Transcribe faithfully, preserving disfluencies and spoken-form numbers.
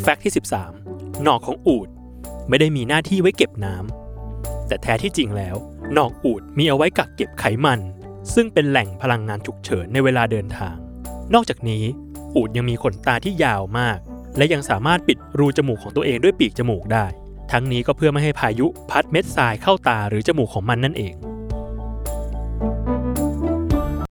แฟกต์ที่สิบสามหนอกของอูฐไม่ได้มีหน้าที่ไว้เก็บน้ำแต่แท้ที่จริงแล้วหนอกอูฐมีเอาไว้กักเก็บไขมันซึ่งเป็นแหล่งพลังงานฉุกเฉินในเวลาเดินทางนอกจากนี้อูฐยังมีขนตาที่ยาวมากและยังสามารถปิดรูจมูกของตัวเองด้วยปีกจมูกได้ทั้งนี้ก็เพื่อไม่ให้พายุพัดเม็ดทรายเข้าตาหรือจมูกของมันนั่นเอง